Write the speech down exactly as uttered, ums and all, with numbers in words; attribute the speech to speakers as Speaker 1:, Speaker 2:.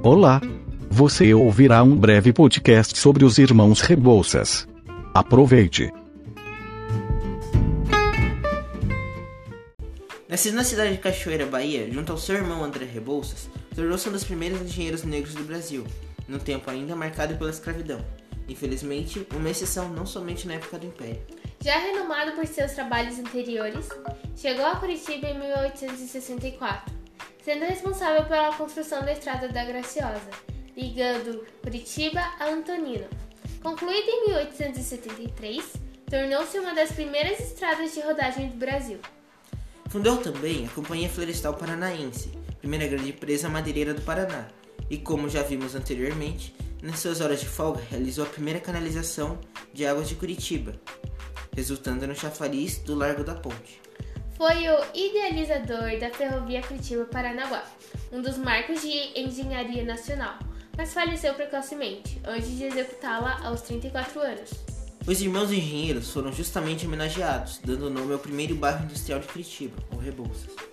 Speaker 1: Olá! Você ouvirá um breve podcast sobre os irmãos Rebouças. Aproveite!
Speaker 2: Nascido na cidade de Cachoeira, Bahia, junto ao seu irmão André Rebouças, tornou-se um dos primeiros engenheiros negros do Brasil, num tempo ainda marcado pela escravidão. Infelizmente, uma exceção não somente na época do Império.
Speaker 3: Já renomado por seus trabalhos anteriores, chegou a Curitiba em mil oitocentos e sessenta e quatro, sendo responsável pela construção da Estrada da Graciosa, ligando Curitiba a Antonina. Concluída em mil oitocentos e setenta e três, tornou-se uma das primeiras estradas de rodagem do Brasil.
Speaker 2: Fundou também a Companhia Florestal Paranaense, primeira grande empresa madeireira do Paraná, e como já vimos anteriormente, nas suas horas de folga realizou a primeira canalização de águas de Curitiba, resultando no chafariz do Largo da Ponte.
Speaker 3: Foi o idealizador da Ferrovia Curitiba-Paranaguá, um dos marcos de engenharia nacional, mas faleceu precocemente, antes de executá-la aos trinta e quatro anos.
Speaker 2: Os irmãos engenheiros foram justamente homenageados, dando nome ao primeiro bairro industrial de Curitiba, o Rebouças.